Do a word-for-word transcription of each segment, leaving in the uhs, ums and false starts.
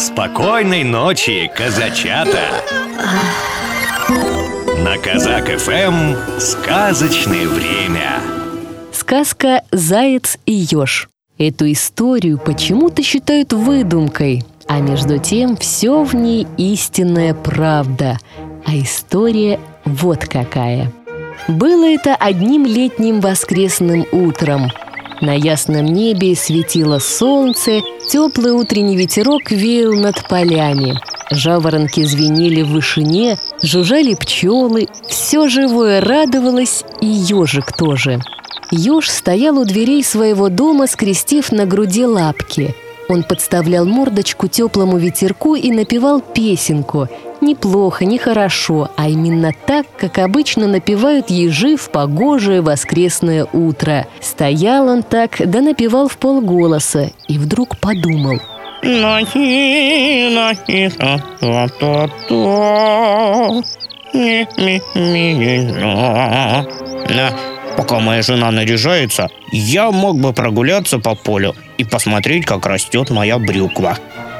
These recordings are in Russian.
Спокойной ночи, казачата! На Казак эф эм сказочное время. Сказка «Заяц и еж». Эту историю почему-то считают выдумкой, а между тем все в ней истинная правда. А история вот какая. Было это одним летним воскресным утром. На ясном небе светило солнце, теплый утренний ветерок веял над полями. Жаворонки звенели в вышине, жужжали пчелы, все живое радовалось, и ежик тоже. Еж стоял у дверей своего дома, скрестив на груди лапки. Он подставлял мордочку теплому ветерку и напевал песенку. Неплохо, нехорошо, а именно так, как обычно напевают ежи в погожее воскресное утро. Стоял он так, да напевал вполголоса, и вдруг подумал: Нахи, нахи, та-та-та-та. Ми-ми-ми-ми-на. Пока моя жена наряжается, я мог бы прогуляться по полю и посмотреть, как растет моя брюква.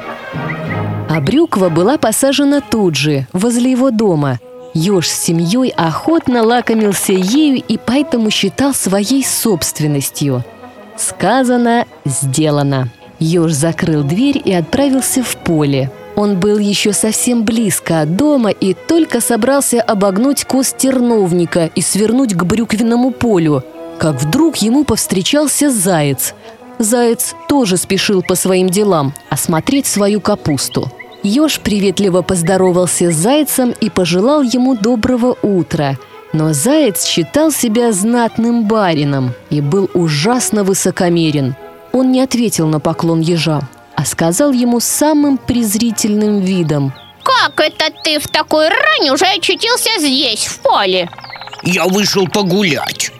А брюква была посажена тут же, возле его дома. Еж с семьей охотно лакомился ею и поэтому считал своей собственностью. Сказано, сделано. Еж закрыл дверь и отправился в поле. Он был еще совсем близко от дома и только собрался обогнуть куст терновника и свернуть к брюквенному полю, как вдруг ему повстречался заяц. Заяц тоже спешил по своим делам осмотреть свою капусту. Еж приветливо поздоровался с зайцем и пожелал ему доброго утра. Но заяц считал себя знатным барином и был ужасно высокомерен. Он не ответил на поклон ежа, а сказал ему самым презрительным видом: «Как это ты в такой рань уже очутился здесь, в поле?» Я вышел погулять.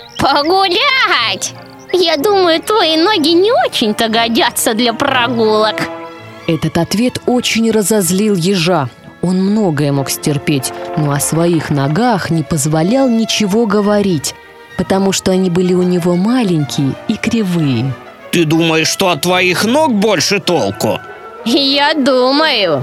Погулять? Я думаю, твои ноги не очень-то годятся для прогулок. Этот ответ очень разозлил ежа. Он многое мог стерпеть, но о своих ногах не позволял ничего говорить, потому что они были у него маленькие и кривые. Ты думаешь, что от твоих ног больше толку? Я думаю.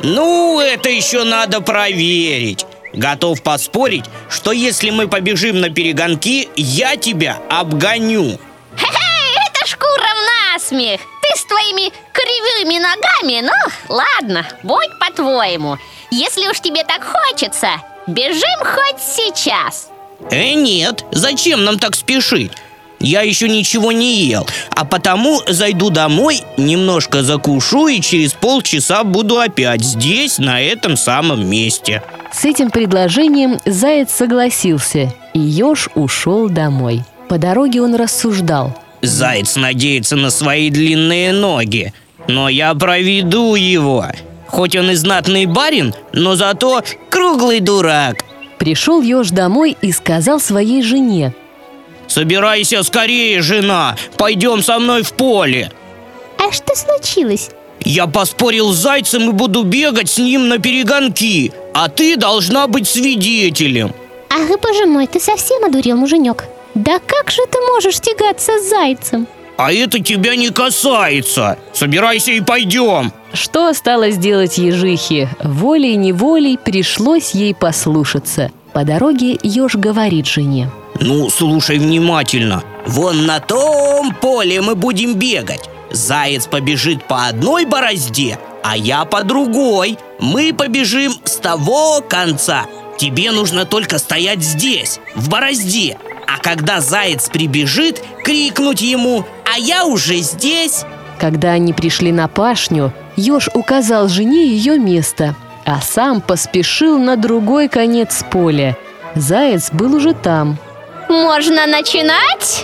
Ну, это еще надо проверить. Готов поспорить, что если мы побежим на перегонки, я тебя обгоню. Хе-хе, это шкура в насмех. Ты с твоими кривыми ногами, ну, ладно, будь по-твоему. Если уж тебе так хочется, бежим хоть сейчас. Э, нет, зачем нам так спешить? Я еще ничего не ел, а потому зайду домой, немножко закушу и через полчаса буду опять здесь, на этом самом месте. С этим предложением заяц согласился, и еж ушел домой. По дороге он рассуждал: Заяц надеется на свои длинные ноги, но я проведу его. Хоть он и знатный барин, но зато круглый дурак. Пришел еж домой и сказал своей жене: Собирайся скорее, жена, пойдем со мной в поле. А что случилось? Я поспорил с зайцем и буду бегать с ним на перегонки, а ты должна быть свидетелем. Ах, боже мой, ты совсем одурел, муженек. Да как же ты можешь тягаться с зайцем? А это тебя не касается. Собирайся и пойдем. Что осталось делать ежихе? Волей-неволей пришлось ей послушаться. По дороге еж говорит жене: Ну, слушай внимательно. Вон на том поле мы будем бегать. Заяц побежит по одной борозде, а я по другой. Мы побежим с того конца. Тебе нужно только стоять здесь, в борозде. А когда заяц прибежит, крикнуть ему: а я уже здесь. Когда они пришли на пашню, еж указал жене ее место, а сам поспешил на другой конец поля. Заяц был уже там. Можно начинать?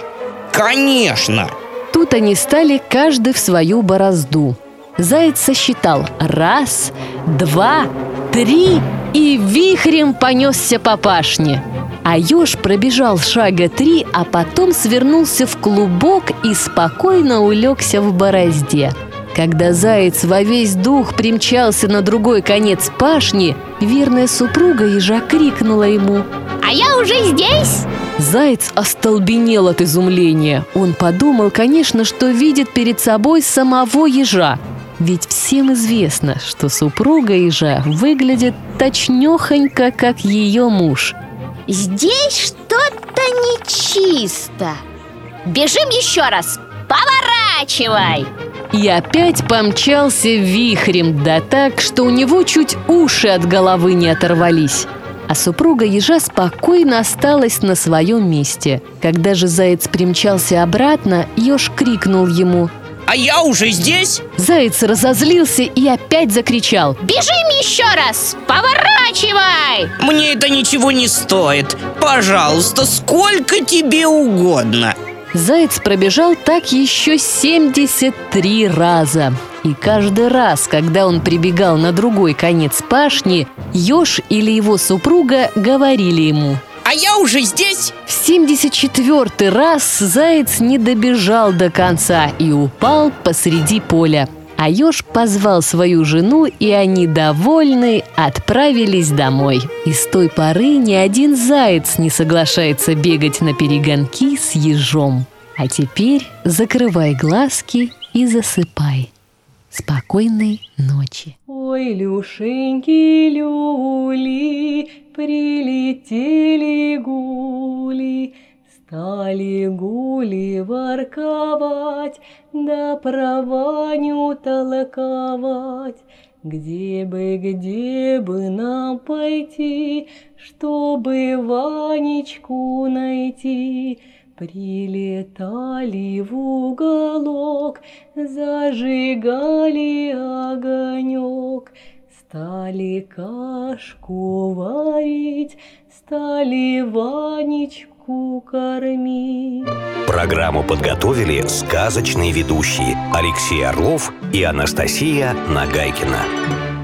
Конечно. Тут они стали каждый в свою борозду. Заяц сосчитал: раз, два, три, и вихрем понесся по пашне. А еж пробежал шага три, а потом свернулся в клубок и спокойно улегся в борозде. Когда заяц во весь дух примчался на другой конец пашни, верная супруга ежа крикнула ему: А я уже здесь? Заяц остолбенел от изумления. Он подумал, конечно, что видит перед собой самого ежа. Ведь всем известно, что супруга ежа выглядит точнёхонько, как ее муж. Здесь что-то нечисто. Бежим еще раз. Поворачивай. И опять помчался вихрем, да так, что у него чуть уши от головы не оторвались. А супруга ежа спокойно осталась на своем месте. Когда же заяц примчался обратно, еж крикнул ему: А я уже здесь? Заяц разозлился и опять закричал: Бежим еще раз. Поворачивай. Мне это ничего не стоит. Пожалуйста, сколько тебе угодно. Заяц пробежал так еще семьдесят три раза. И каждый раз, когда он прибегал на другой конец пашни, еж или его супруга говорили ему: А я уже здесь? В семьдесят четвёртый раз заяц не добежал до конца и упал посреди поля. А еж позвал свою жену, и они, довольные, отправились домой. И с той поры ни один заяц не соглашается бегать на перегонки с ежом. А теперь закрывай глазки и засыпай. Спокойной ночи. Ой, люшеньки, люли, прилетели гули, стали гули ворковать, да про Ваню толковать. Где бы, где бы нам пойти, чтобы Ванечку найти? Прилетали в уголок, зажигали огонек, стали кашку варить, стали Ванечку кормить. Программу подготовили сказочные ведущие Алексей Орлов и Анастасия Нагайкина.